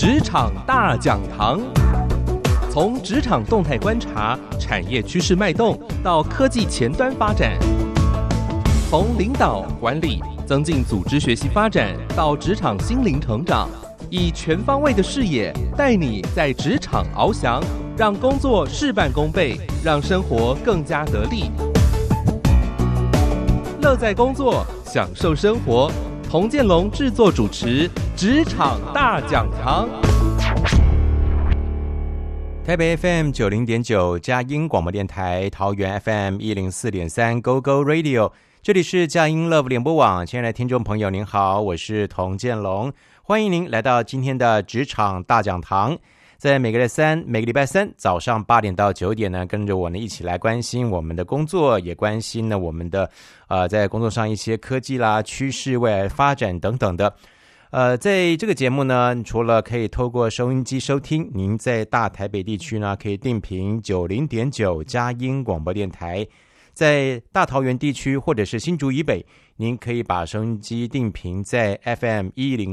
职场大讲堂，从职场动态观察、产业趋势脉动到科技前端发展，从领导管理、增进组织学习发展到职场心灵成长，以全方位的视野带你在职场翱翔，让工作事半功倍，让生活更加得力。乐在工作，享受生活。童建龙制作主持《职场大讲堂》。 台北 FM 90.9佳音广播电台，桃园 FM 104.3 Go Go Radio， 这里是佳音 Love 联播网。亲爱的听众朋友您好，我是童建龙，欢迎您来到今天的职场大讲堂。在每个礼拜三早上8点到9点呢，跟着我呢一起来关心我们的工作，也关心呢我们的在工作上一些科技啦、趋势、未来发展等等的。在这个节目呢，除了可以透过收音机收听，您在大台北地区呢可以定频 90.9 佳音广播电台，在大桃园地区或者是新竹以北，您可以把收音机定频在 FM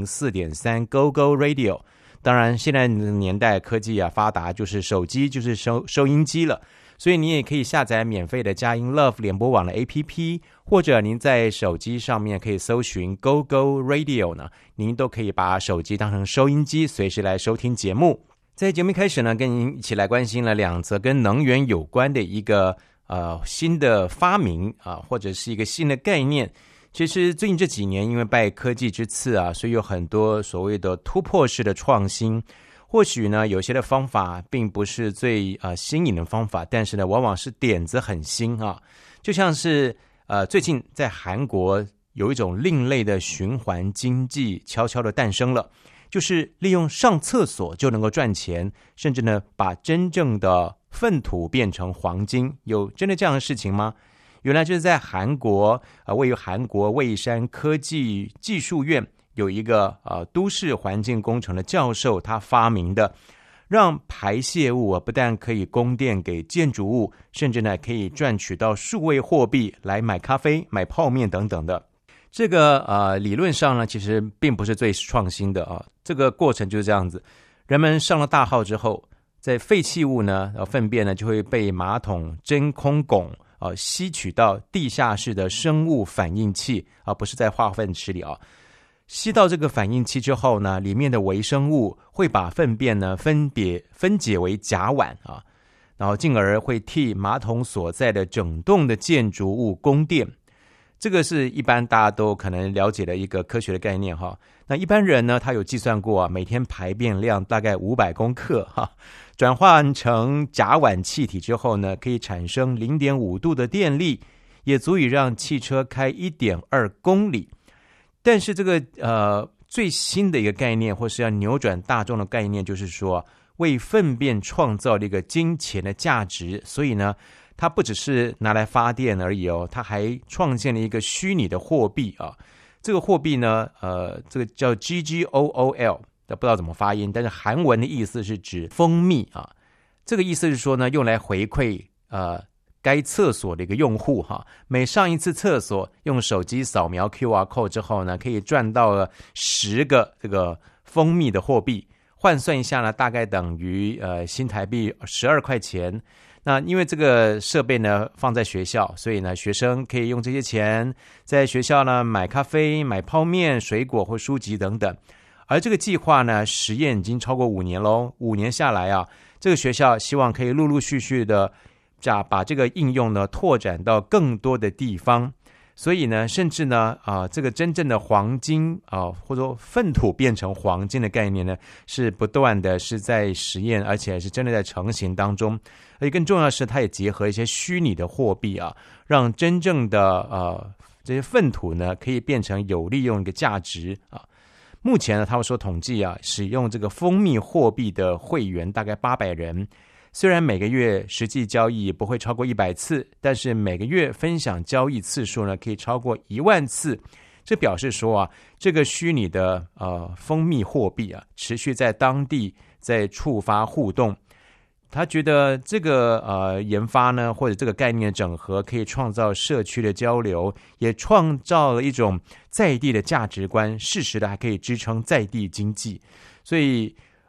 104.3 Go Go Radio。当然现在的年代科技发达，就是手机就是收音机了，所以你也可以下载免费的佳音 Love 联播网的 APP， 或者您在手机上面可以搜寻 Go Go Radio 呢，您都可以把手机当成收音机，随时来收听节目。在节目开始呢，跟您一起来关心了两则跟能源有关的一个新的发明或者是一个新的概念。其实最近这几年因为拜科技之赐所以有很多所谓的突破式的创新。或许呢有些的方法并不是最新颖的方法，但是呢往往是点子很新就像是最近在韩国有一种另类的循环经济悄悄的诞生了，就是利用上厕所就能够赚钱，甚至呢把真正的粪土变成黄金。有真的这样的事情吗？原来就是在韩国位于韩国蔚山科技技术院有一个都市环境工程的教授，他发明的让排泄物不但可以供电给建筑物，甚至呢可以赚取到数位货币来买咖啡、买泡面等等的。这个理论上呢其实并不是最创新的这个过程就是这样子。人们上了大号之后，在废弃物呢粪便呢就会被马桶真空拱吸取到地下室的生物反应器不是在化粪池里吸到这个反应器之后呢，里面的微生物会把粪便呢分解为甲烷然后进而会替马桶所在的整栋的建筑物供电。这个是一般大家都可能了解的一个科学的概念那一般人呢他有计算过每天排便量大概500公克转换成甲烷气体之后呢，可以产生 0.5 度的电力，也足以让汽车开 1.2 公里。但是这个最新的一个概念，或是要扭转大众的概念，就是说为粪便创造了一个金钱的价值。所以呢它不只是拿来发电而已它还创建了一个虚拟的货币这个货币呢这个叫 GGOOL，不知道怎么发音，但是韩文的意思是指蜂蜜这个意思是说呢，用来回馈该厕所的一个用户每上一次厕所用手机扫描 QR code 之后呢，可以赚到了10个这个蜂蜜的货币，换算一下呢，大概等于新台币12块钱。那因为这个设备呢放在学校，所以呢学生可以用这些钱在学校呢买咖啡、买泡面、水果或书籍等等。而这个计划呢实验已经超过5年咯，5年下来这个学校希望可以陆陆续续的把这个应用呢拓展到更多的地方。所以呢甚至呢这个真正的黄金或者说粪土变成黄金的概念呢是不断的是在实验，而且是真的在成型当中。而且更重要的是它也结合一些虚拟的货币让真正的这些粪土呢可以变成有利用一个价值目前呢他们说统计使用这个蜂蜜货币的会员大概800人，虽然每个月实际交易不会超过100次，但是每个月分享交易次数呢可以超过1万次。这表示说这个虚拟的蜂蜜货币持续在当地在触发互动。他觉得这个研发呢，或者这个概念整合，可以创造社区的交流，也创造了一种在地的价值观，适时的还可以支撑在地经济。所以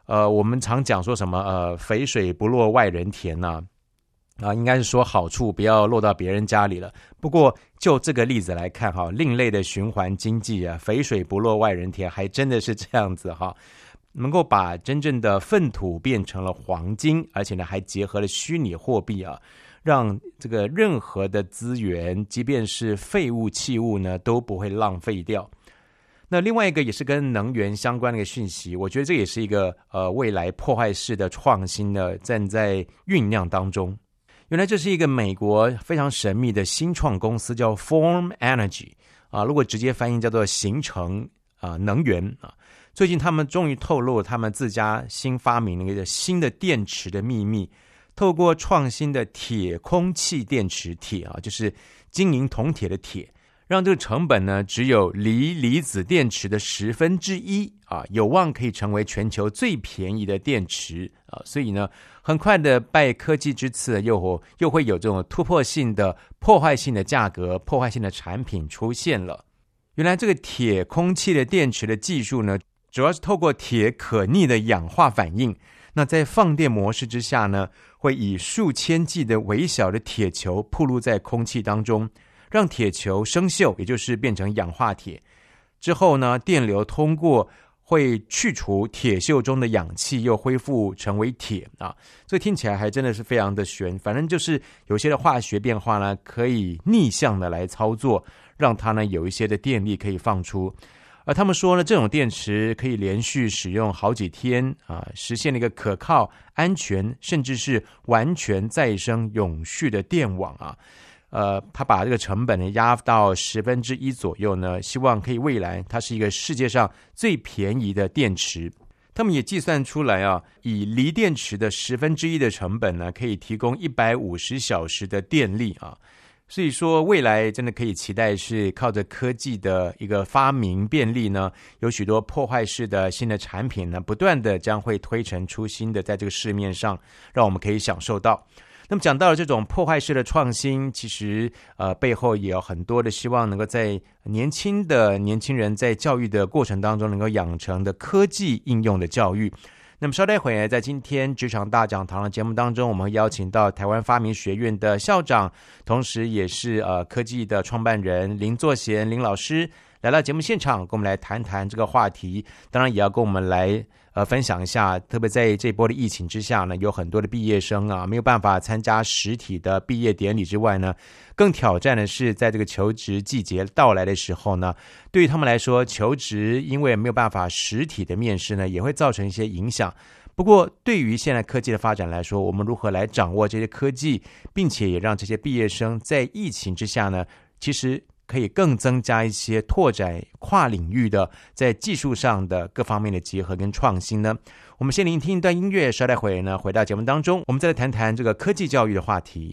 我们常讲说什么肥水不落外人田呐，应该是说好处不要落到别人家里了。不过就这个例子来看哈，另类的循环经济啊，肥水不落外人田，还真的是这样子哈，能够把真正的粪土变成了黄金，而且呢还结合了虚拟货币啊，让这个任何的资源，即便是废物弃物呢，都不会浪费掉。那另外一个也是跟能源相关的一个讯息，我觉得这也是一个未来破坏式的创新呢，正在酝酿当中。原来这是一个美国非常神秘的新创公司，叫 Form Energy 如果直接翻译叫做形成能源最近他们终于透露他们自家新发明了一个新的电池的秘密，透过创新的铁空气电池，铁就是金银铜铁的铁，让这个成本呢只有离子电池的1/10有望可以成为全球最便宜的电池所以呢很快的拜科技之赐又会有这种突破性的破坏性的价格，破坏性的产品出现了。原来这个铁空气的电池的技术呢，主要是透过铁可逆的氧化反应，那在放电模式之下呢，会以数千计的微小的铁球暴露在空气当中，让铁球生锈，也就是变成氧化铁。之后呢，电流通过会去除铁锈中的氧气，又恢复成为铁所以听起来还真的是非常的玄。反正就是有些的化学变化呢，可以逆向的来操作，让它呢有一些的电力可以放出。而他们说呢，这种电池可以连续使用好几天实现了一个可靠、安全，甚至是完全再生、永续的电网他把这个成本呢压到1/10左右呢，希望可以未来它是一个世界上最便宜的电池。他们也计算出来以锂电池的1/10的成本呢，可以提供150小时的电力所以说未来真的可以期待是靠着科技的一个发明便利呢，有许多破坏式的新的产品呢，不断的将会推陈出新的在这个市面上，让我们可以享受到。那么讲到了这种破坏式的创新，其实背后也有很多的希望能够在年轻人在教育的过程当中能够养成的科技应用的教育。那么稍待会在今天职场大讲堂的节目当中，我们会邀请到台湾发明学院的校长，同时也是科技的创办人林作贤林老师来到节目现场，跟我们来谈谈这个话题。当然也要跟我们来分享一下，特别在这波的疫情之下呢，有很多的毕业生没有办法参加实体的毕业典礼之外呢，更挑战的是在这个求职季节到来的时候呢，对于他们来说，求职因为没有办法实体的面试呢，也会造成一些影响。不过对于现在科技的发展来说，我们如何来掌握这些科技，并且也让这些毕业生在疫情之下呢，其实可以更增加一些拓展跨领域的在技术上的各方面的结合跟创新呢？我们先聆听一段音乐，稍待会呢回到节目当中，我们再来谈谈这个科技教育的话题。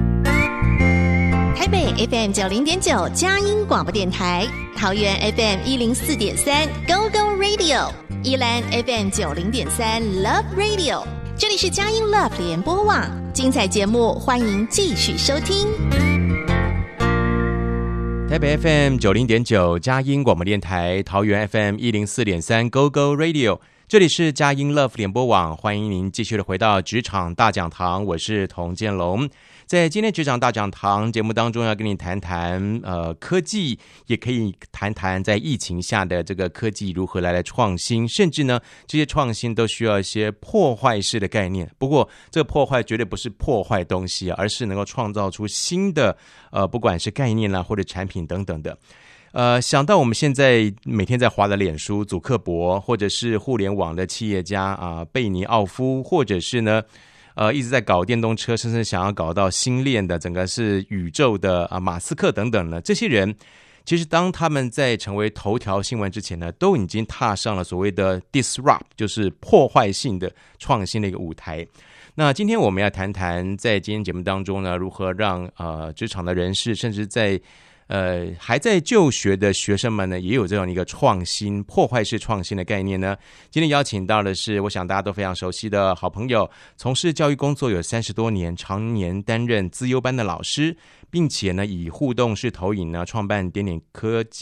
台北 FM90.9 佳音广播电台，桃园 FM104.3 Go Go Radio， 宜兰 FM90.3 Love Radio， 这里是佳音 Love 联播网，精彩节目欢迎继续收听。 台北 FM90.9 佳音广播电台，桃园 FM104.3 Go Go Radio， 这里是佳音 Love 联播网，欢迎您继续的回到职场大讲堂，我是童建龙。在今天职场大讲堂节目当中，要跟你谈谈科技，也可以谈谈在疫情下的这个科技如何来创新，甚至呢这些创新都需要一些破坏式的概念。不过这个破坏绝对不是破坏东西而是能够创造出新的不管是概念啦或者产品等等的。想到我们现在每天在滑的脸书祖克伯，或者是互联网的企业家贝尼奥夫，或者是呢一直在搞电动车，甚至想要搞到星链的整个是宇宙的马斯克等等呢，这些人其实当他们在成为头条新闻之前呢，都已经踏上了所谓的 disrupt， 就是破坏性的创新的一个舞台。那今天我们要谈谈在今天节目当中呢，如何让职场的人士，甚至在还在就学的学生们呢，也有这样一个创新破坏式创新的概念呢。今天邀请到的是我想大家都非常熟悉的好朋友，从事教育工作有30多年，常年担任资优班的老师，并且呢以互动式投影呢创办点点科技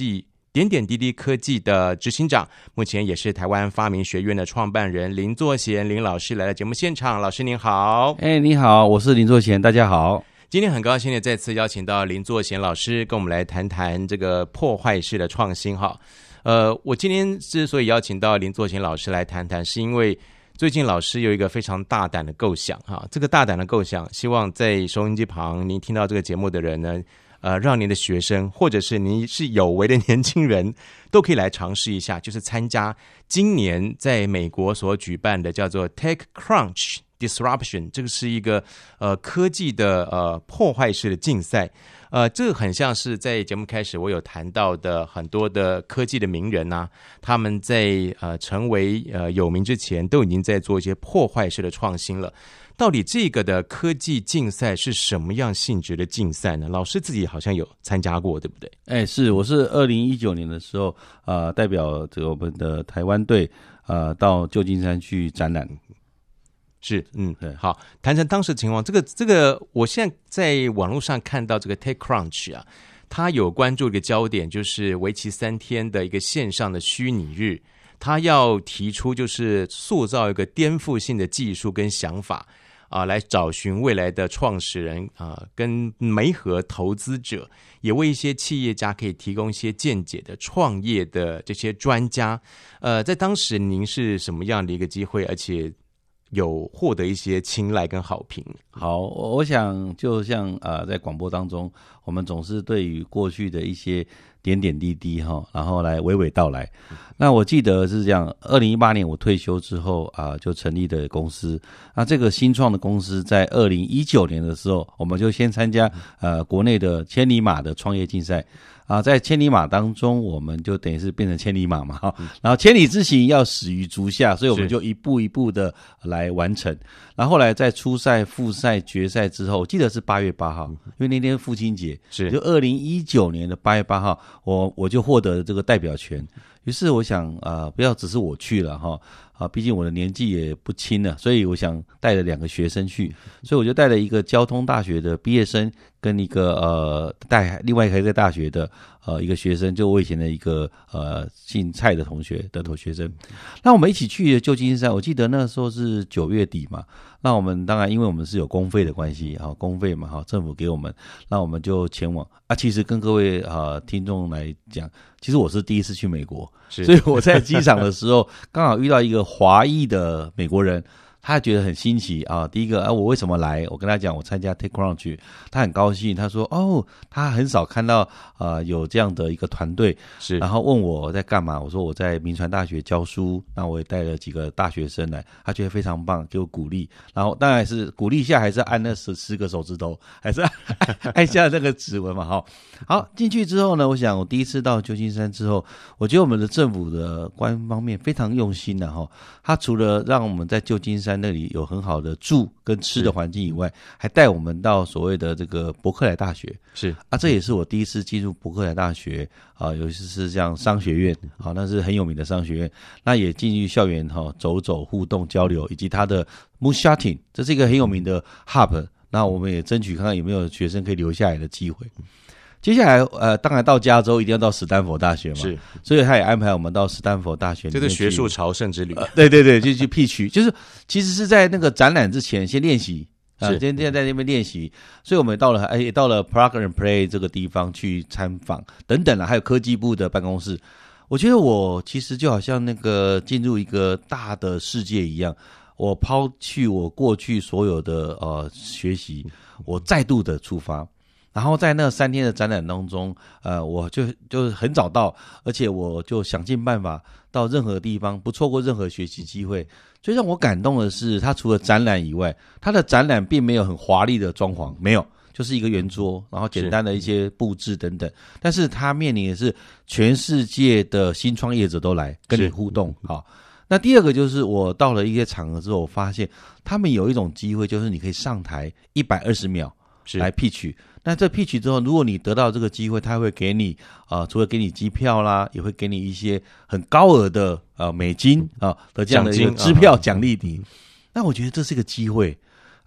点点滴滴科技的执行长，目前也是台湾发明学院的创办人林作贤林老师来到节目现场。老师您好。 你好，我是林作贤，大家好。 今天很高兴的再次邀请到林作贤老师跟我们来谈谈这个破坏式的创新哈。我今天之所以邀请到林作贤老师来谈谈，是因为最近老师有一个非常大胆的构想哈。这个大胆的构想，希望在收音机旁您听到这个节目的人呢，让您的学生或者是您是有为的年轻人都可以来尝试一下，就是参加今年在美国所举办的叫做 TechCrunch Disruption， 这个是一个科技的破坏式的竞赛。这个很像是在节目开始我有谈到的很多的科技的名人啊，他们在成为有名之前都已经在做一些破坏式的创新了。到底这个的科技竞赛是什么样性质的竞赛呢？老师自己好像有参加过，对不对？ 是，我是2019年的时候代表这个我们的台湾队到旧金山去展览。 是，对，好，谈谈当时的情况。这个，我现在在网络上看到这个 TechCrunch 啊，它有关注一个焦点，就是为期3天的一个线上的虚拟日，它要提出就是塑造一个颠覆性的技术跟想法来找寻未来的创始人跟媒合投资者，也为一些企业家可以提供一些见解的创业的这些专家。在当时您是什么样的一个机会，而且有获得一些青睐跟好评？ 好，我想就像在广播当中，我们总是对于过去的一些点点滴滴然后来娓娓道来。那我记得是这样，2018年我退休之后就成立的公司。那这个新创的公司在2019年的时候，我们就先参加国内的千里马的创业竞赛。在千里马当中，我们就等于是变成千里马嘛，然后千里之行要始于足下，所以我们就一步一步的来完成。然后后来在初赛、复赛、决赛之后，我记得是8月8号，因为那天父亲节， 是就2019年的8月8号，我就获得了这个代表权。于是我想不要只是我去了毕竟我的年纪也不轻了，所以我想带了2个学生去，所以我就带了一个交通大学的毕业生跟一个另外一个大学的一个学生，就我以前的一个姓蔡的同学的学生。那我们一起去旧金山，我记得那时候是9月底嘛。那我们当然因为我们是有公费的关系公费嘛政府给我们，那我们就前往其实跟各位听众来讲，其实我是第一次去美国，所以我在机场的时候刚好遇到一个华裔的美国人，他觉得很新奇第一个我为什么来？我跟他讲我参加 TechCrunch， 他很高兴，他说他很少看到有这样的一个团队，是，然后问我在干嘛，我说我在铭传大学教书，那我也带了几个大学生来，他觉得非常棒，给我鼓励，然后当然是鼓励下还是按那10个手指头，还是按下那个指纹嘛好，进去之后呢，我想我第一次到旧金山之后，我觉得我们的政府的官方面非常用心的他除了让我们在旧金山那里有很好的住跟吃的环境以外，还带我们到所谓的这个伯克莱大学，是这也是我第一次进入伯克莱大学尤其是像商学院那是很有名的商学院，那也进去校园走走互动交流，以及它的 Moonshoting， 这是一个很有名的 hub， 那我们也争取看看有没有学生可以留下来的机会。接下来当然到加州一定要到史丹佛大学嘛，是，所以他也安排我们到史丹佛大学， 这是学术朝圣之旅。 对，就去 pitch， 就是其实是在那个展览之前先练习今天在那边练习，所以我们也到了 Plug and Play 这个地方去参访等等还有科技部的办公室。我觉得我其实就好像那个进入一个大的世界一样，我抛去我过去所有的学习，我再度的出发。然后在那3天的展览当中，我就很早到，而且我就想尽办法到任何地方，不错过任何学习机会。最让我感动的是，它除了展览以外，它的展览并没有很华丽的装潢，没有，就是一个圆桌，然后简单的一些布置等等。但是它面临的是全世界的新创业者都来跟你互动。好，那第二个就是我到了一些场合之后，我发现他们有一种机会，就是你可以上台120秒来 pitch。那这 pitch 之后，如果你得到这个机会，他会给你除了给你机票啦，也会给你一些很高额的美金的这样的一个支票奖励你。那我觉得这是一个机会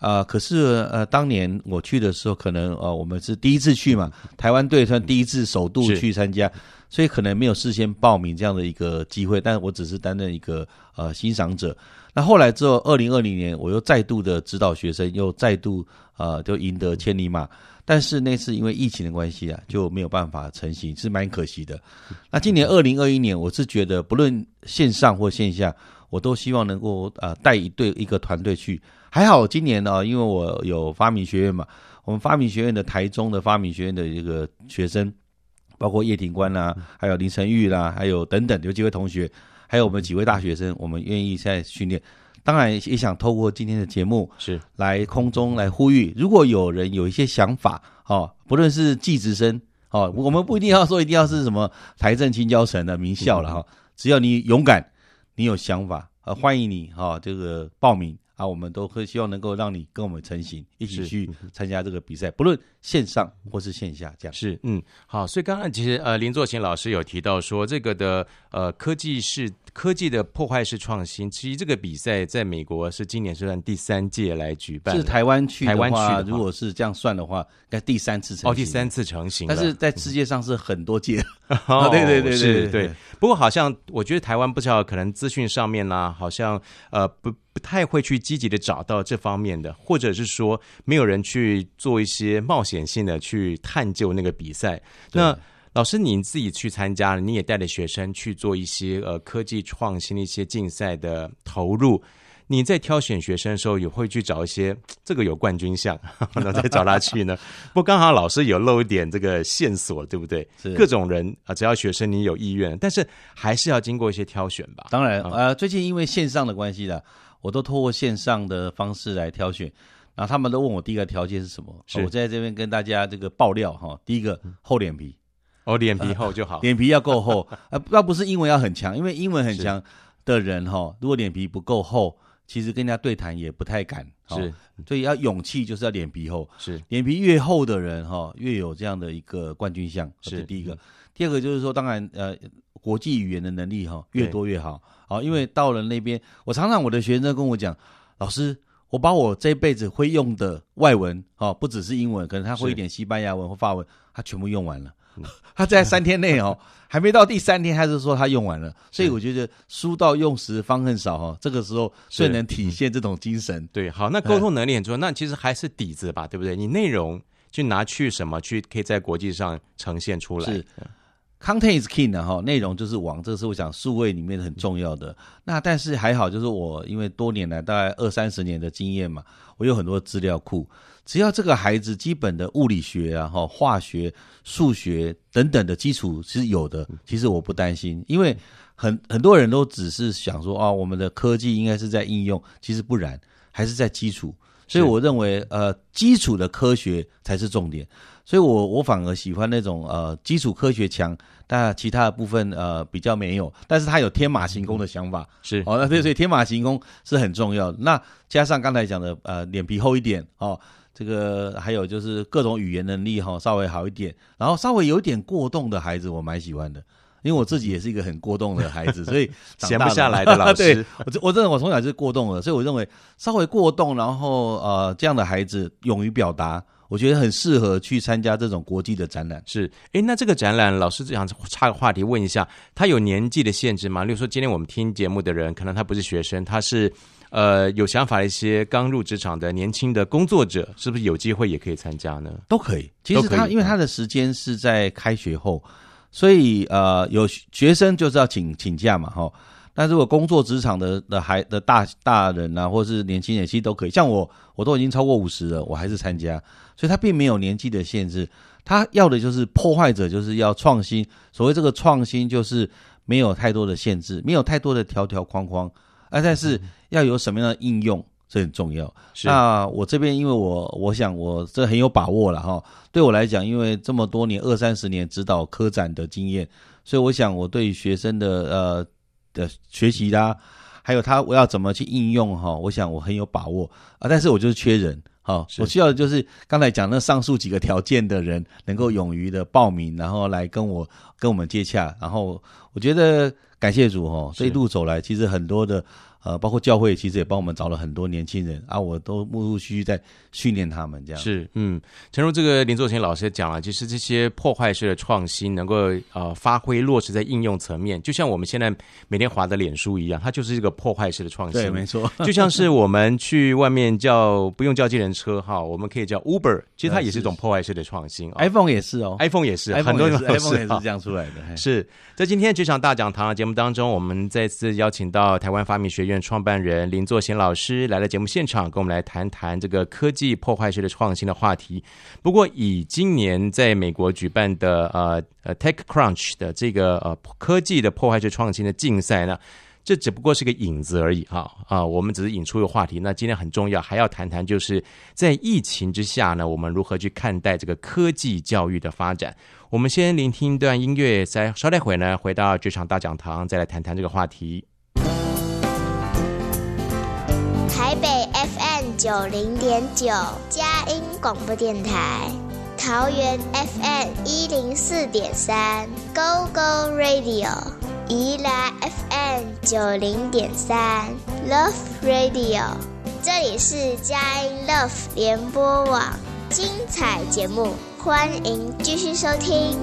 可是当年我去的时候，可能我们是第一次去嘛，台湾队算第一次首度去参加，所以可能没有事先报名这样的一个机会，但我只是担任一个欣赏者。那后来之后，2020年我又再度的指导学生，又再度就赢得千里马，但是那次因为疫情的关系就没有办法成行，是蛮可惜的。那今年2021年，我是觉得不论线上或线下，我都希望能够带一个团队去。还好今年因为我有发明学院嘛，我们发明学院的台中的发明学院的这个学生，包括叶庭官啦，还有林晨玉啦，还有等等有几位同学，还有我们几位大学生，我们愿意在训练。当然也想透过今天的节目是来空中来呼吁，如果有人有一些想法不论是技职生我们不一定要说一定要是什么台政青交城的名校了只要你勇敢，你有想法欢迎你这个报名我们都会希望能够让你跟我们成行，一起去参加这个比赛，不论线上或是线下，这样是好。所以刚刚其实林作勤老师有提到说，这个的科技的破坏式创新，其实这个比赛在美国是今年是算第3届来举办， 是台湾去的话，如果是这样算的话，应该第3次成型第3次成型了， 但是在世界上是很多届对。不过好像我觉得台湾不知道可能资讯上面好像不太会去积极的找到这方面的，或者是说没有人去做一些冒险性的去探究那个比赛。那老师你自己去参加了，你也带着学生去做一些科技创新的一些竞赛的投入，你在挑选学生的时候也会去找一些这个有冠军相然后再找他去呢？不过刚好老师有漏一点这个线索，对不对？各种人只要学生你有意愿，但是还是要经过一些挑选吧。 当然最近因为线上的关系我都透过线上的方式来挑选，然后他们都问我第一个条件是什么，我在这边跟大家这个爆料第一个厚脸皮脸皮厚就好， 脸皮要够厚要不是英文要很强，因为英文很强的人如果脸皮不够厚，其实跟人家对谈也不太敢是， 所以要勇气就是要脸皮厚， 是脸皮越厚的人越有这样的一个冠军相，是第一个。第二个就是说，当然国际语言的能力越多越好因为到了那边，我常常我的学生跟我讲，老师，我把我这辈子会用的外文不只是英文，可能他会一点西班牙文或法文，他全部用完了。他在3天内还没到第3天，他就说他用完了。所以我觉得书到用时方恨少这个时候最能体现这种精神。 对，好，那沟通能力很重要，那其实还是底子吧，对不对？你内容去拿去什么去可以在国际上呈现出来。是 Content is king 内容就是王，这是我想数位里面很重要的。那但是还好，就是我因为多年来大概20-30年的经验嘛，我有很多资料库，只要这个孩子基本的物理学化学、数学等等的基础是有的，其实我不担心，因为很多人都只是想说我们的科技应该是在应用，其实不然，还是在基础。所以我认为基础的科学才是重点，所以我反而喜欢那种基础科学强，但其他的部分比较没有，但是他有天马行空的想法， 是对，所以天马行空是很重要的。那加上刚才讲的脸皮厚一点这个还有就是各种语言能力稍微好一点，然后稍微有点过动的孩子我蛮喜欢的。因为我自己也是一个很过动的孩子，所以闲不下来的老师。 对，我认为我从小就是过动的，所以我认为稍微过动，然后这样的孩子勇于表达，我觉得很适合去参加这种国际的展览。 是，那这个展览，老师想插个话题问一下，他有年纪的限制吗？例如说，今天我们听节目的人，可能他不是学生，他是有想法的一些刚入职场的年轻的工作者，是不是有机会也可以参加呢？ 都可以。其实因为他的时间是在开学后。所以有学生就是要请假嘛但如果工作职场的大人或是年轻人其实都可以，像我都已经超过50了，我还是参加，所以他并没有年纪的限制，他要的就是破坏者就是要创新，所谓这个创新就是没有太多的限制，没有太多的条条框框但是要有什么样的应用，这很重要。那我这边因为我想我这很有把握了对我来讲，因为这么多年20-30年指导科展的经验，所以我想我对学生的学习啦，还有我要怎么去应用我想我很有把握但是我就是缺人我需要的就是刚才讲那上述几个条件的人能够勇于的报名，然后来跟我们接洽，然后我觉得感谢主这一路走来，其实很多的包括教会其实也帮我们找了很多年轻人啊，我都陆陆续续在训练他们这样。 是，诚如这个林作勤老师讲了，其实这些破坏式的创新能够发挥落实在应用层面，就像我们现在每天滑的脸书一样，它就是一个破坏式的创新。 对，没错。 就像是我们去外面不用叫计程车哈，我们可以叫 Uber， 其实它也是一种破坏式的创新。 iPhone 也是 ，iPhone 也是， 很多人 iPhone 也是这样出来的。 是在今天职场大讲堂的节目当中，我们再次邀请到台湾发明学院创办人林作贤老师来到节目现场，跟我们来谈谈这个科技破坏式的创新的话题。不过以今年在美国举办的TechCrunch 的这个科技的破坏式创新的竞赛呢，这只不过是个引子而已我们只是引出一个话题。那今天很重要，还要谈谈就是在疫情之下呢，我们如何去看待这个科技教育的发展。我们先聆听一段音乐，再稍待会呢回到职场大讲堂，再来谈谈这个话题。 台北 FM 90.9佳音广播电台，桃园 FM 104.3 Go Go Radio， 宜兰 FM 90.3 Love Radio， 这里是佳音 Love 联播网，精彩节目，欢迎继续收听。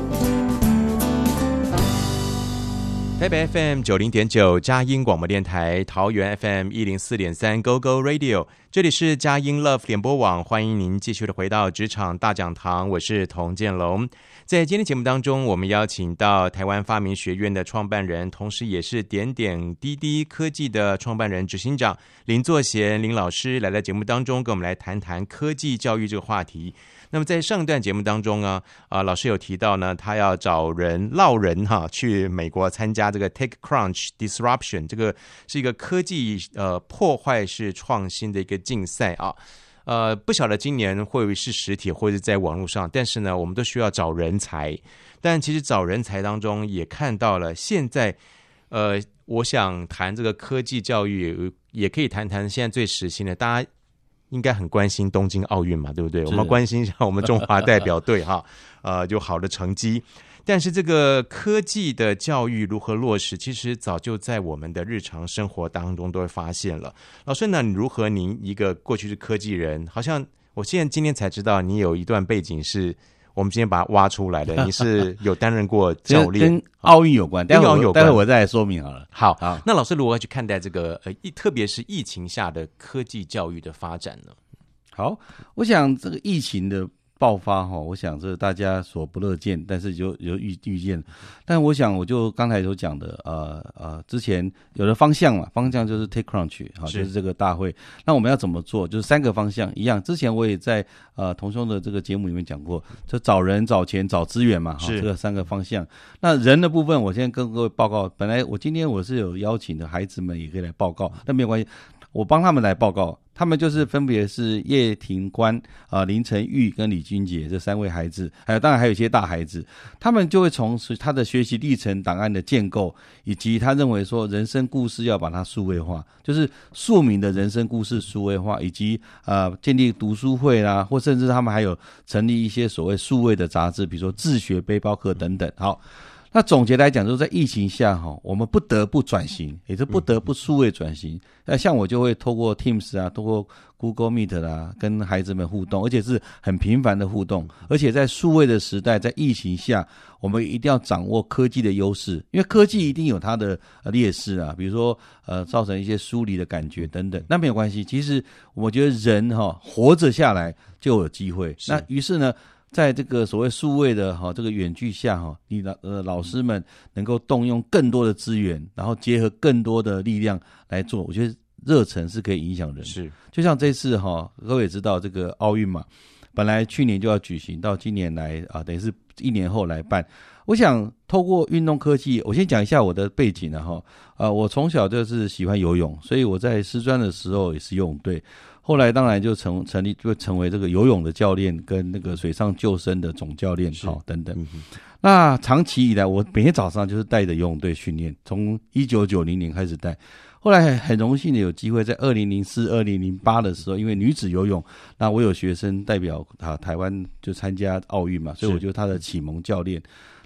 台北 FM 90.9佳音广播电台，桃园 FM 104.3 Go Go Radio， 这里是佳音 Love 联播网，欢迎您继续的回到职场大讲堂，我是童建龙。在今天节目当中，我们邀请到台湾发明学院的创办人，同时也是点点滴滴科技的创办人执行长林作贤林老师来到节目当中，跟我们来谈谈科技教育这个话题。那么在上一段节目当中呢，老师有提到呢，他要找人去美国参加这个 TechCrunch Disruption， 这个是一个科技破坏式创新的一个竞赛不晓得今年会不会是实体或者是在网络上，但是呢，我们都需要找人才。但其实找人才当中也看到了，现在我想谈这个科技教育，也可以谈谈现在最时兴的，大家应该很关心东京奥运嘛，对不对？我们关心一下我们中华代表队有好的成绩。但是这个科技的教育如何落实，其实早就在我们的日常生活当中都会发现了。老师呢，您一个过去是科技人，好像我今天才知道你有一段背景是我们今天把它挖出来的，你是有担任过教练， 跟奥运有关，待会我再来说明好了。 好，那老师如何去看待这个特别是疫情下的科技教育的发展呢？ 好，我想这个疫情的爆发我想这大家所不乐见，但是就预见。但我想我就刚才所讲的之前有的方向就是 TechCrunch 就是这个大会。那我们要怎么做？就是3个方向一样。之前我也在童兄的这个节目里面讲过，就找人、找钱、找资源嘛，这个3个方向。那人的部分，我现在跟各位报告，本来今天我是有邀请的孩子们也可以来报告，但没有关系，我帮他们来报告。他们就是分别是叶庭官、林晨玉跟李君杰这3位孩子，当然还有一些大孩子，他们就会从他的学习历程档案的建构，以及他认为说人生故事要把它数位化，就是庶民的人生故事数位化，以及建立读书会啦，或甚至他们还有成立一些所谓数位的杂志，比如说自学背包课等等。好。那总结来讲，就是在疫情下我们不得不转型，也是不得不数位转型。像我就会透过 Teams 透过 Google Meet 跟孩子们互动，而且是很频繁的互动。而且在数位的时代，在疫情下，我们一定要掌握科技的优势，因为科技一定有它的劣势比如说造成一些疏离的感觉等等。那没有关系，其实我觉得人活着下来就有机会。那于是呢，在这个所谓数位的这个远距下你老师们能够动用更多的资源，然后结合更多的力量来做，我觉得热忱是可以影响人。是，就像这次各位也知道这个奥运嘛，本来去年就要举行，到今年来等于是1年后来办。我想透过运动科技，我先讲一下我的背景我从小就是喜欢游泳，所以我在师专的时候也是游泳队。后来当然就成为这个游泳的教练跟那个水上救生的总教练等等。那长期以来我每天早上就是带着游泳队训练，从1990年开始带。后来很荣幸的有机会在2004、2008的时候，因为女子游泳，那我有学生代表台湾就参加奥运嘛，所以我就他的启蒙教练。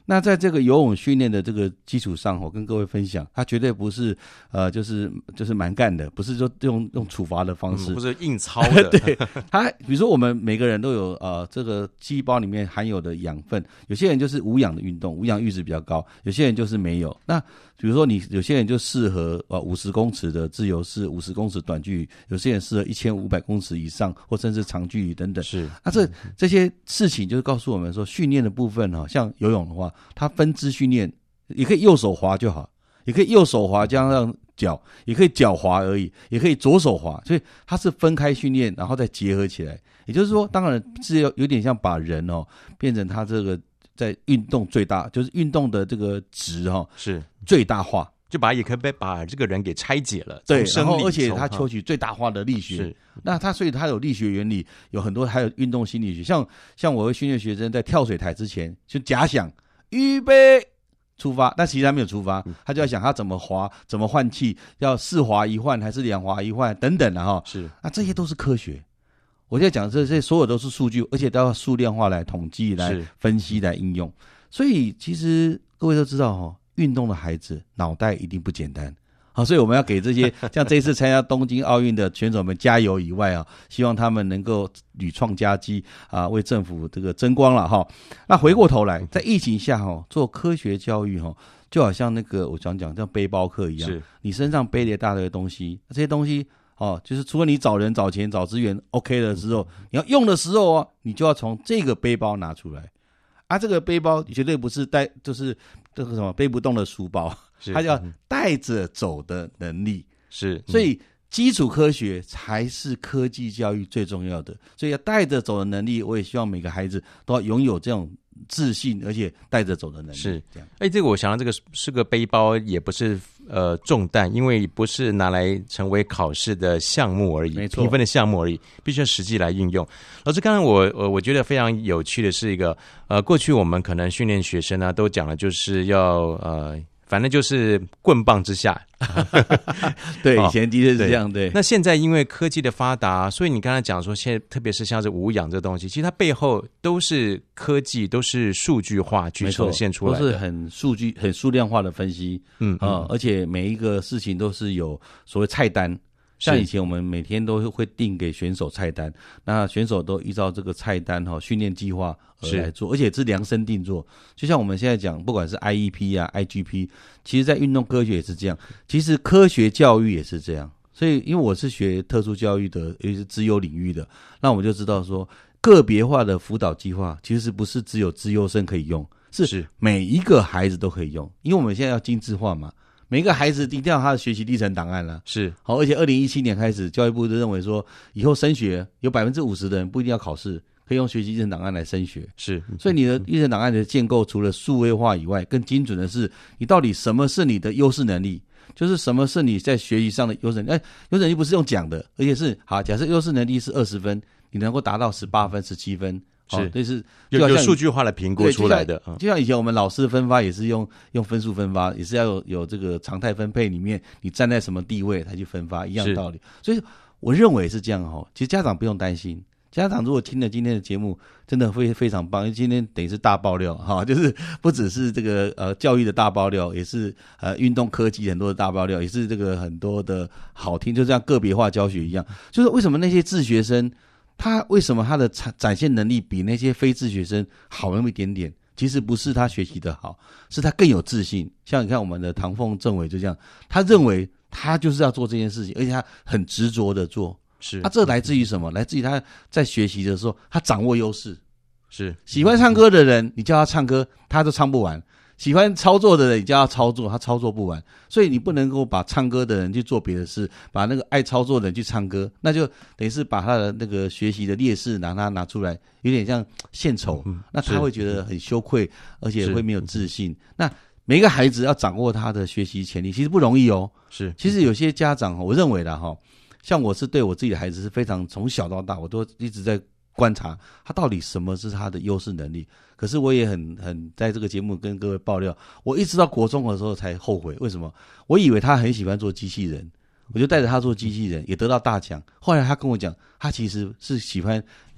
那在这个游泳训练的这个基础上，我跟各位分享，它绝对不是就是蛮干的，不是说用处罚的方式， 不是硬操的。 对，它比如说我们每个人都有这个细胞里面含有的养分，有些人就是无氧的运动，无氧阈值比较高，有些人就是没有。那比如说有些人就适合50公尺的自由式，50公尺短距离，有些人适合1500公尺以上或甚至长距离等等。 是， 那这些事情就是告诉我们说，训练的部分像游泳的话，它分支训练，也可以右手滑就好，也可以右手滑加上脚，也可以脚滑而已，也可以左手滑，所以它是分开训练，然后再结合起来。也就是说，当然是有点像把人变成他这个在运动最大，就是运动的这个值是最大化， 就也可以把这个人给拆解了。 对，然后而且他求取最大化的力学。 是， 那所以他有力学原理，有很多，还有运动心理学。像我会训练学生在跳水台之前就假想预备出发，但其实他没有出发，他就要想他怎么滑，怎么换气，要4滑1换还是2滑1换等等的是， 那这些都是科学。我现在讲这些所有都是数据，而且都要数量化来统计、来分析、来应用。所以其实各位都知道运动的孩子脑袋一定不简单。好，所以我们要给这些像这一次参加东京奥运的选手们加油以外希望他们能够屡创佳绩为政府这个争光了那回过头来，在疫情下做科学教育就好像那个我想讲像背包客一样， 是你身上背了一大堆东西，这些东西就是除了你找人、找钱、找资源 OK 的时候，你要用的时候你就要从这个背包拿出来这个背包绝对不是就是这个什么背不动的书包，它叫带着走的能力。 是， 所以基础科学才是科技教育最重要的，所以要带着走的能力，我也希望每个孩子都要拥有这种自信而且带着走的能力。 是这样。 这个我想到这个是个背包，也不是重担，因为不是拿来成为考试的项目而已，评分的项目而已，必须要实际来运用。老师，刚才我觉得非常有趣的是一个过去我们可能训练学生呢，都讲了就是要反正就是棍棒之下对，以前的确是这样。对， 那现在因为科技的发达，所以你刚才讲说现在特别是像是无氧这东西，其实它背后都是科技，都是数据化去呈现出来的， 都是很数量化的分析。而且每一个事情都是有所谓菜单，像以前我们每天都会定给选手菜单，那选手都依照这个菜单训练计划而来做，而且是量身定做。就像我们现在讲，不管是 IEP IGP， 其实在运动科学也是这样，其实科学教育也是这样。所以因为我是学特殊教育的，也是资优领域的，那我们就知道说个别化的辅导计划其实不是只有资优生可以用，是每一个孩子都可以用，因为我们现在要精致化嘛，每一个孩子一定要他的学习历程档案啦。是好，而且2017年开始，教育部就认为说，以后升学有50%的人不一定要考试，可以用学习历程档案来升学。是，所以你的历程档案的建构，除了数位化以外，更精准的是，你到底什么是你的优势能力，就是什么是你在学习上的优势能力。优势能力不是用讲的，而且是好，假设优势能力是20分，你能够达到18分、17分。是，这是有数据化的评估出来的。就像以前我们老师分发也是用分数分发，也是要有这个常态分配里面，你站在什么地位才去分发，一样的道理。所以我认为是这样其实家长不用担心，家长如果听了今天的节目，真的会非常棒，因为今天等于是大爆料就是不只是这个教育的大爆料，也是运动科技很多的大爆料，也是这个很多的好听，就像个别化教学一样。就是为什么那些自学生他为什么他的展现能力比那些非自学生好那么一点点？其实不是他学习的好，是他更有自信。像你看我们的唐凤政委就这样，他认为他就是要做这件事情，而且他很执着的做。是，这来自于什么？来自于他在学习的时候，他掌握优势。是，喜欢唱歌的人，你叫他唱歌，他都唱不完。喜欢操作的人，你叫他操作，他操作不完。所以你不能够把唱歌的人去做别的事，把那个爱操作的人去唱歌，那就等于是把他的那个学习的劣势拿出来，有点像献丑。那他会觉得很羞愧，而且会没有自信。那每一个孩子要掌握他的学习潜力，其实不容易是，其实有些家长，我认为啦像我是对我自己的孩子是非常从小到大，我都一直在观察他到底什么是他的优势能力。可是我也很在这个节目跟各位爆料，我一直到国中的时候才后悔。为什么？我以为他很喜欢做机器人，我就带着他做机器人，也得到大奖。后来他跟我讲，他其实是喜欢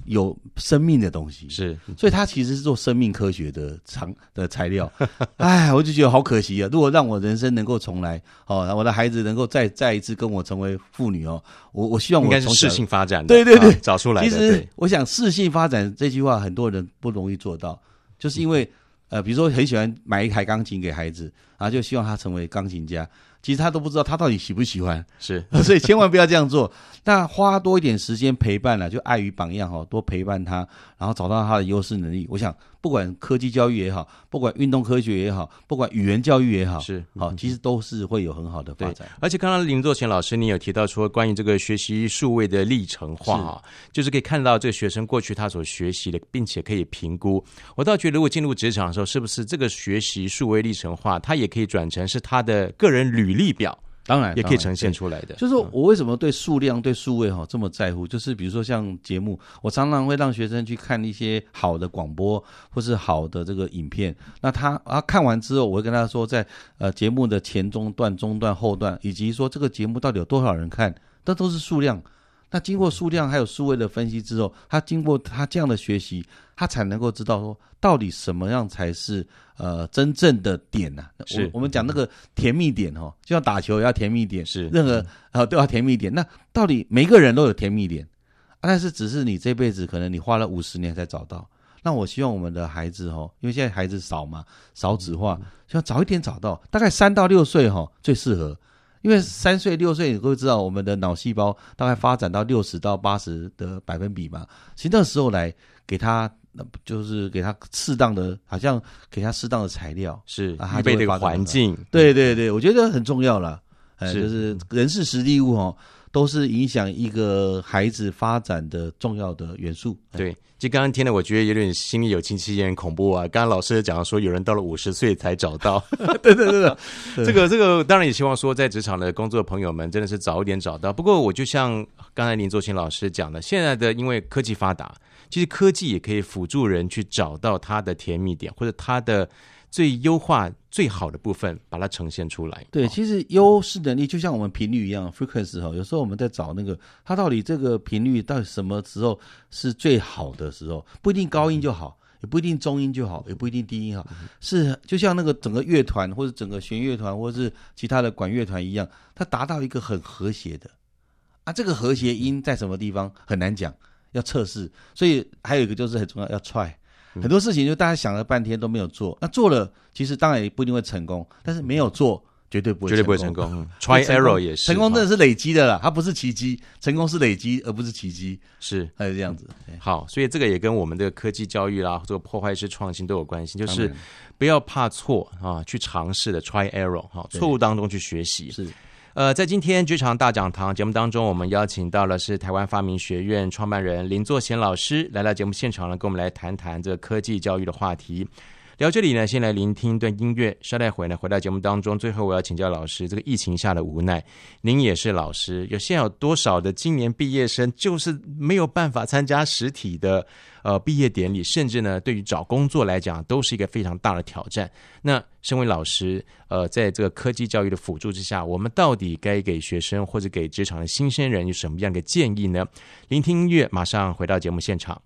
有生命的东西， 是， 所以它其实是做生命科学的材料。哎，我就觉得好可惜啊！如果让我人生能够重来，我的孩子能够再一次跟我成为父女哦，我希望我应该是适性发展的， 对对对， 找出来的。 其实我想适性发展这句话很多人不容易做到，就是因为比如说很喜欢买一台钢琴给孩子，然后就希望他成为钢琴家。其实他都不知道他到底喜不喜欢， 是， 所以千万不要这样做。那花多一点时间陪伴就爱与榜样多陪伴他，然后找到他的优势能力。我想，不管科技教育也好，不管运动科学也好，不管语言教育也好， 是其实都是会有很好的发展。 而且刚刚林作贤老师你有提到说，关于这个学习数位的历程化就是可以看到这个学生过去他所学习的，并且可以评估。我倒觉得，如果进入职场的时候，是不是这个学习数位历程化，它也可以转成是他的个人履历表？ 当然也可以呈现出来的。 就是说我为什么对数量对数位这么在乎，就是比如说像节目，我常常会让学生去看一些好的广播或是好的这个影片，那他看完之后，我会跟他说在节目的前中段、中段、后段，以及说这个节目到底有多少人看，这都是数量。那经过数量还有数位的分析之后，他经过他这样的学习，他才能够知道说到底什么样才是真正的点是我们讲那个甜蜜点就像打球也要甜蜜点，是任何都要甜蜜点。那到底每个人都有甜蜜点但是只是你这辈子可能你花了50年才找到。那我希望我们的孩子因为现在孩子少嘛，少子化，希望早一点找到，大概3到6岁最适合。因为3岁6岁你会知道我们的脑细胞大概发展到60到80的%嘛，其实那时候来给他就是给他适当的，好像给他适当的材料， 是预备这个环境， 对对对，我觉得很重要啦。就是人事时地物都是影响一个孩子发展的重要的元素。 对，就刚刚听了，我觉得有点心里有戚戚，有点恐怖啊。刚刚老师讲说，有人到了50岁才找到， 对对对对， 这个当然也希望说，在职场的工作朋友们真的是早一点找到。不过，我就像刚才林作贤老师讲的，现在的因为科技发达，其实科技也可以辅助人去找到他的甜蜜点，或者他的最优化最好的部分，把它呈现出来。 对，其实优势能力就像我们频率一样 frequency 有时候我们在找那个它到底这个频率到底什么时候是最好的时候，不一定高音就好，也不一定中音就好，也不一定低音好，是就像那个整个乐团或者整个弦乐团或者是其他的管乐团一样，它达到一个很和谐的这个和谐音在什么地方很难讲，要测试。所以还有一个就是很重要，要 try。很多事情就大家想了半天都没有做，那做了其实当然也不一定会成功，但是没有做绝对不会成功。 try error 也是， 成功真的是累积的啦，它不是奇迹，成功是累积而不是奇迹， 是还有这样子。 好，所以这个也跟我们的科技教育啦，这个破坏式创新都有关系，就是不要怕错去尝试的 try error 错误当中去学习。 是。 在今天职场大讲堂节目当中，我们邀请到了是台湾发明学院创办人林作贤老师来到节目现场呢，跟我们来谈谈这个科技教育的话题。聊这里呢，先来聆听一段音乐，稍待会呢回到节目当中。最后我要请教老师，这个疫情下的无奈，您也是老师，现在有多少的今年毕业生就是没有办法参加实体的毕业典礼，甚至呢对于找工作来讲都是一个非常大的挑战。那身为老师在这个科技教育的辅助之下，我们到底该给学生或者给职场的新鲜人有什么样的建议呢？聆听音乐，马上回到节目现场。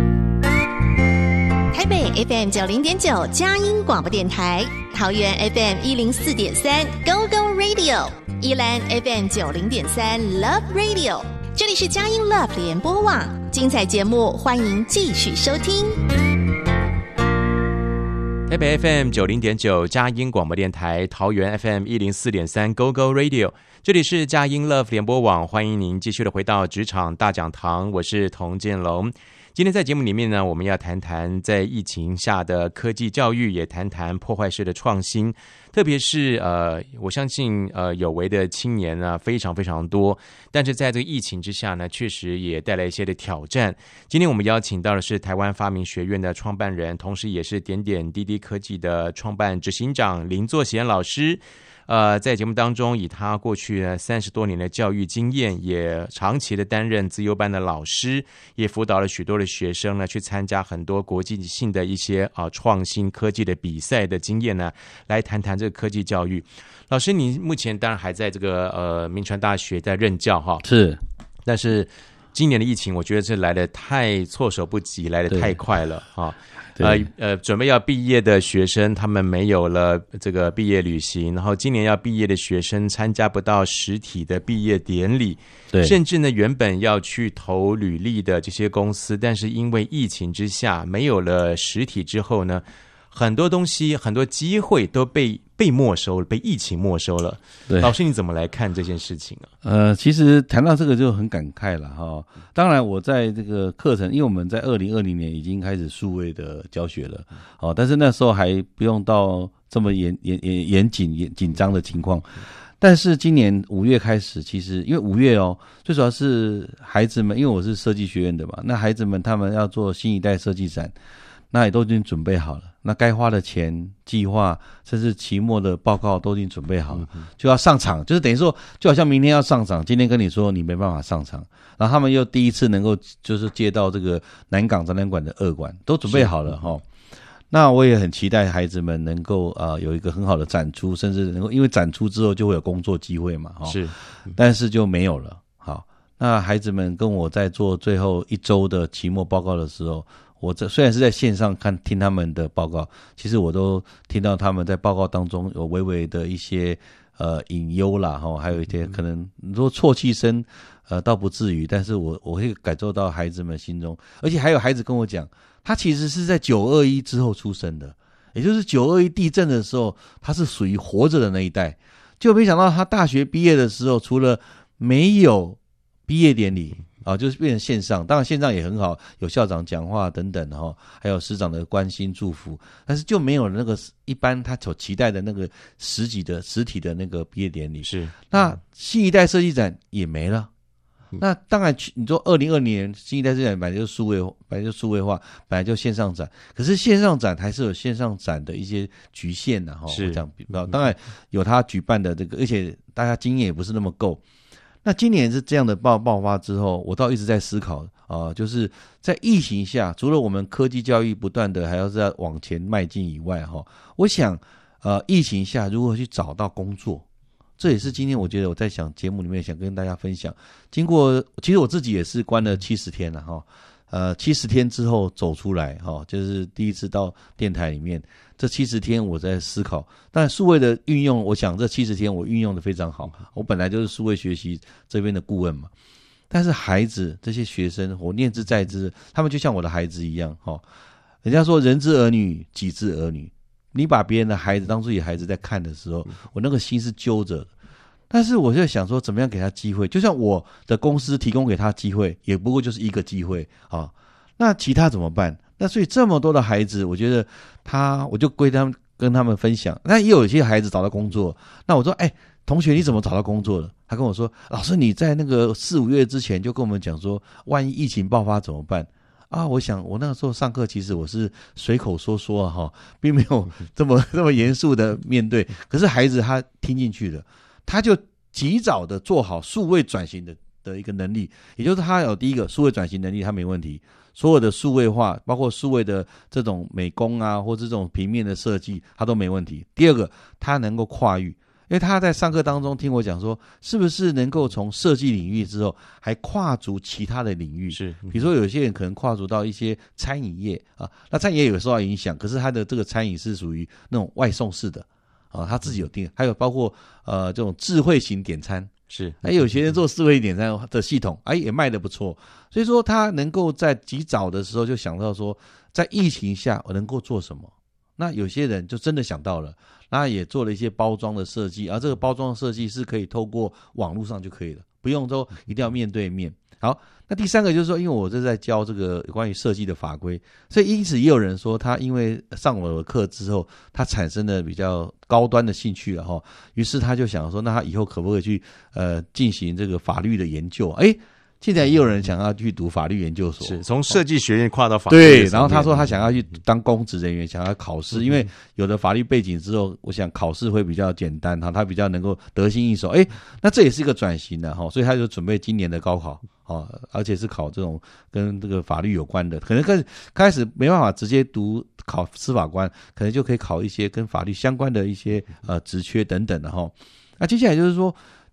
台北 FM 90.9佳音广播电台，桃园 FM 104.3 Go Go Radio， 宜兰 FM 90.3 Love Radio， 这里是佳音 Love 联播网，精彩节目欢迎继续收听。 台北 FM 90.9佳音广播电台，桃园 FM 104.3 Go Go Radio， 这里是佳音 Love 联播网，欢迎您继续的回到职场大讲堂，我是童建龙。今天在节目里面呢，我们要谈谈在疫情下的科技教育，也谈谈破坏式的创新。特别是我相信有为的青年呢非常非常多，但是在这个疫情之下呢，确实也带来一些的挑战。今天我们邀请到的是台湾发明学院的创办人，同时也是点点滴滴科技的创办执行长林作贤老师。在节目当中，以他过去30多年的教育经验，也长期的担任资优班的老师，也辅导了许多的学生呢，去参加很多国际性的一些创新科技的比赛的经验呢，来谈谈这个科技教育。老师，你目前当然还在这个铭传大学在任教哈， 是， 但是今年的疫情，我觉得这来得太措手不及，来得太快了啊！准备要毕业的学生，他们没有了这个毕业旅行，然后今年要毕业的学生参加不到实体的毕业典礼， 对， 甚至呢原本要去投履历的这些公司，但是因为疫情之下没有了实体之后呢，很多东西很多机会都被没收了，被疫情没收了。 对， 老师你怎么来看这件事情啊？ 其实谈到这个就很感慨了哈。当然我在这个课程，因为我们在2020年已经开始数位的教学了，但是那时候还不用到这么严紧张的情况。但是今年5月开始，其实因为5月最主要是孩子们，因为我是设计学院的嘛，那孩子们他们要做新一代设计展，那也都已经准备好了，那该花的钱、计划，甚至期末的报告都已经准备好了，就要上场，就是等于说，就好像明天要上场，今天跟你说你没办法上场，然后他们又第一次能够就是接到这个南港展览馆的2馆，都准备好了哈。那我也很期待孩子们能够有一个很好的展出，甚至能够因为展出之后就会有工作机会嘛， 是， 但是就没有了。好，那孩子们跟我在做最后1周的期末报告的时候，我虽然是在线上听他们的报告，其实我都听到他们在报告当中有微微的一些隐忧啦，还有一些可能你说啜泣声倒不至于，但是我会感受到孩子们心中，而且还有孩子跟我讲，他其实是在921之后出生的，也就是921地震的时候，他是属于活着的那一代，就没想到他大学毕业的时候，除了没有毕业典礼就是变成线上，当然线上也很好，有校长讲话等等还有师长的关心祝福，但是就没有那个一般他所期待的那个实体的那个毕业典礼。 是， 那新一代设计展也没了。那当然你说2020年新一代设计展本来就数位化，本来就线上展，可是线上展还是有线上展的一些局限的是这样比较，当然有他举办的这个，而且大家经验也不是那么够。那今年是这样的爆发之后，我倒一直在思考就是在疫情下，除了我们科技教育不断的还要再往前迈进以外我想疫情下如何去找到工作，这也是今天我觉得我在想节目里面想跟大家分享。经过其实我自己也是关了70天了70天之后走出来就是第一次到电台里面，这70天我在思考，但数位的运用，我想这70天我运用的非常好，我本来就是数位学习这边的顾问嘛。但是孩子这些学生，我念之在之，他们就像我的孩子一样人家说人之儿女己之儿女，你把别人的孩子当自己孩子在看的时候，我那个心是揪着的。但是我就想说怎么样给他机会，就像我的公司提供给他机会，也不过就是一个机会那其他怎么办？那所以这么多的孩子，我觉得我就跟他们分享。那也有一些孩子找到工作，那我说同学你怎么找到工作的？他跟我说，老师你在那个4、5月之前就跟我们讲说，万一疫情爆发怎么办我想我那个时候上课，其实我是随口说并没有这么严肃的面对。可是孩子他听进去了，他就及早的做好数位转型的一个能力，也就是他有第一个数位转型能力，他没问题。所有的数位化，包括数位的这种美工或这种平面的设计，他都没问题。第二个，他能够跨域。因为他在上课当中听我讲说，是不是能够从设计领域之后还跨足其他的领域？是，比如说有些人可能跨足到一些餐饮业那餐饮业有受到影响，可是他的这个餐饮是属于那种外送式的他自己有定，还有包括这种智慧型点餐，是，有些人做智慧点餐的系统也卖得不错，所以说他能够在及早的时候就想到说，在疫情下我能够做什么。那有些人就真的想到了，那也做了一些包装的设计，而这个包装的设计是可以透过网络上就可以了，不用说一定要面对面。好，那第三个就是说，因为我这在教这个关于设计的法规，所以因此也有人说他因为上我的课之后，他产生了比较高端的兴趣了于是他就想说，那他以后可不可以去进行这个法律的研究？现在也有人想要去读法律研究所， 是从设计学院跨到法律。 对，然后他说他想要去当公职人员，想要考试，因为有了法律背景之后，我想考试会比较简单他比较能够得心应手。那这也是一个转型的所以他就准备今年的高考而且是考这种跟这个法律有关的，可能开始没办法直接考司法官，可能就可以考一些跟法律相关的一些职缺等等的那接下来就是说，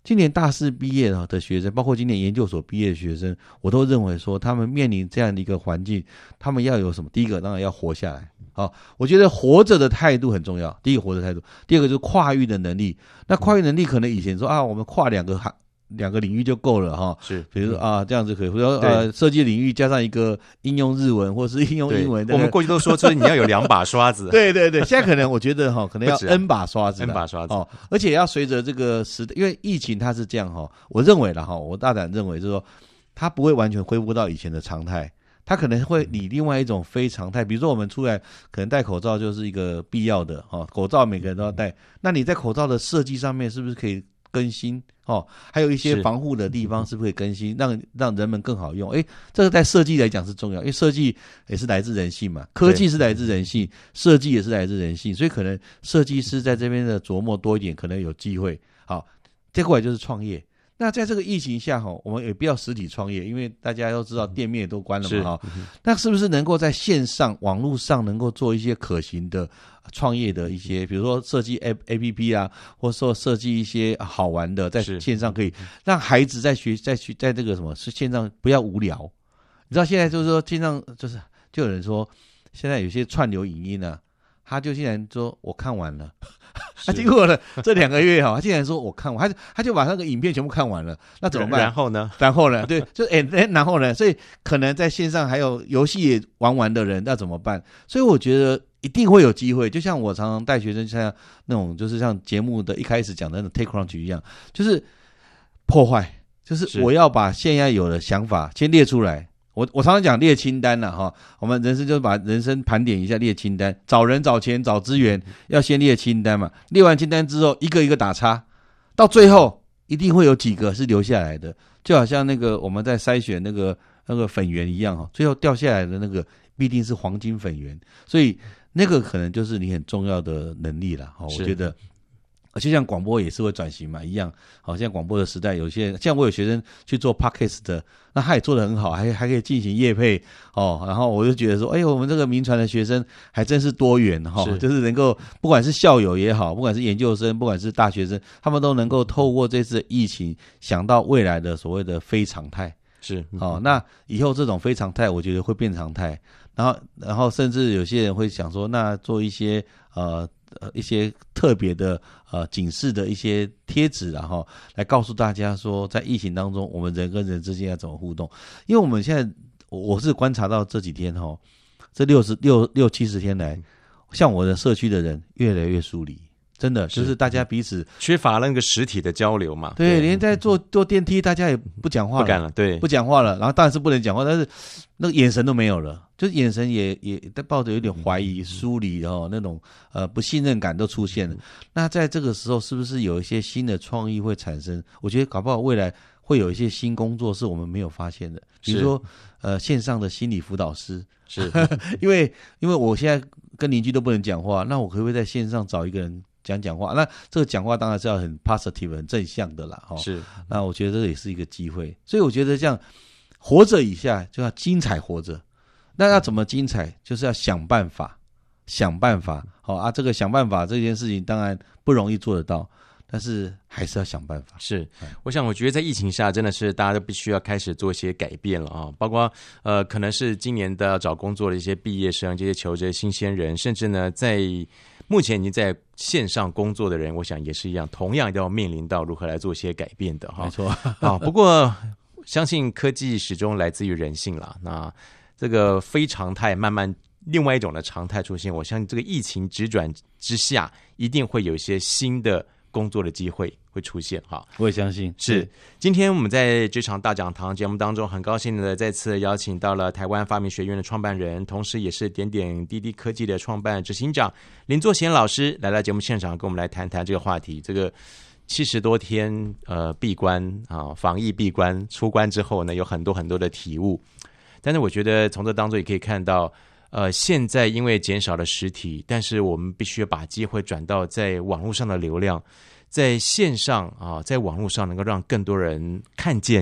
今年大四毕业的学生，包括今年研究所毕业的学生，我都认为说他们面临这样的一个环境，他们要有什么？第一个当然要活下来。我觉得活着的态度很重要。第一个活着态度，第二个就是跨域的能力。那跨域能力可能以前说我们跨两个领域就够了是， 比如说这样子可以，或者设计领域加上一个应用日文或是应用英文。 我们过去都说就是你要有2把刷子。 对对对，现在可能我觉得可能要 N 把刷子 ，N 把刷子而且要随着这个时代，因为疫情它是这样我认为我大胆认为就是说，它不会完全恢复到以前的常态。它可能会以另外一种非常态，比如说我们出来可能戴口罩就是一个必要的口罩每个人都要戴。那你在口罩的设计上面是不是可以更新还有一些防护的地方是不是可以更新，让人们更好用？这个在设计来讲是重要，因为设计也是来自人性嘛，科技是来自人性，设计也是来自人性，所以可能设计师在这边的琢磨多一点，可能有机会。好，接过来就是创业。那在这个疫情下我们也不要实体创业，因为大家都知道店面也都关了嘛那是不是能够在线上网络上能够做一些可行的创业的一些，比如说设计 APP 啊，或者说设计一些好玩的，在线上可以让孩子在这个什么是线上不要无聊。你知道现在就是说线上就有人说现在有些串流影音他就竟然说我看完了。他经过了这2个月他竟然说我看完，他就把那个影片全部看完了，那怎么办？ 然后呢？ 对，就然后呢？所以可能在线上还有游戏也玩完的人，那怎么办？所以我觉得一定会有机会，就像我常常带学生像那种，就是像节目的一开始讲的那种 TechCrunch 一样，就是破坏，就是我要把现在有的想法先列出来。我常常讲列清单我们人生就是把人生盘点一下，列清单，找人找钱找资源要先列清单嘛，列完清单之后一个一个打叉，到最后一定会有几个是留下来的，就好像那个我们在筛选那个粉圆一样最后掉下来的那个必定是黄金粉圆，所以那个可能就是你很重要的能力了我觉得。就像广播也是会转型嘛一样，现在广播的时代，有些像我有学生去做 podcast 的，那他也做得很好，还可以进行业配然后我就觉得说，我们这个民传的学生还真是多元就是能够不管是校友也好，不管是研究生，不管是大学生，他们都能够透过这次疫情想到未来的所谓的非常态。 是那以后这种非常态我觉得会变常态，然后甚至有些人会想说，那做一些特别的警示的一些贴纸来告诉大家说，在疫情当中我们人跟人之间要怎么互动。因为我们现在我是观察到这几天这60-70天来，像我的社区的人越来越疏离，真的就是大家彼此缺乏那个实体的交流嘛。 对，连在坐电梯大家也不讲话了， 不敢了，对， 不讲话了。然后当然是不能讲话，但是那个眼神都没有了，就是眼神也抱着有点怀疑、疏离那种不信任感都出现了。那在这个时候，是不是有一些新的创意会产生？我觉得搞不好未来会有一些新工作是我们没有发现的，比如说线上的心理辅导师。 是因为我现在跟邻居都不能讲话，那我可不可以在线上找一个人讲话？那这个讲话当然是要很 positive 很正向的啦是。 那我觉得这也是一个机会，所以我觉得这样活着以下就要精彩活着。那要怎么精彩？就是要想办法这个想办法这件事情当然不容易做得到，但是还是要想办法。 是，我觉得在疫情下真的是大家都必须要开始做一些改变了包括可能是今年的找工作的一些毕业生，这些求职新鲜人，甚至呢在目前已经在线上工作的人，我想也是一样，同样都要面临到如何来做一些改变的没错不过相信科技始终来自于人性啦，那这个非常态慢慢另外一种的常态出现，我相信这个疫情直转之下一定会有一些新的工作的机会会出现我也相信是。今天我们在这场大讲堂节目当中，很高兴的再次邀请到了台湾发明学院的创办人，同时也是点点滴滴科技的创办执行长林作贤老师来到节目现场，跟我们来谈谈这个话题。这个70多天闭关防疫闭关，出关之后呢，有很多很多的体悟。但是我觉得从这当中也可以看到现在因为减少了实体，但是我们必须要把机会转到在网络上的流量，在线上在网络上能够让更多人看见你，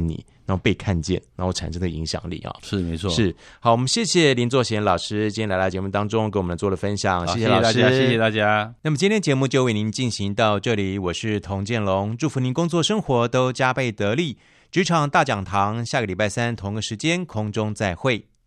然后被看见，然后产生的影响力啊。 是没错， 是好，我们谢谢林作贤老师今天来到节目当中跟我们做了分享， 谢谢老师， 谢谢大家。 那么今天节目就为您进行到这里，我是童建龙，祝福您工作生活都加倍得力。职场大讲堂，下个礼拜三同个时间空中再会。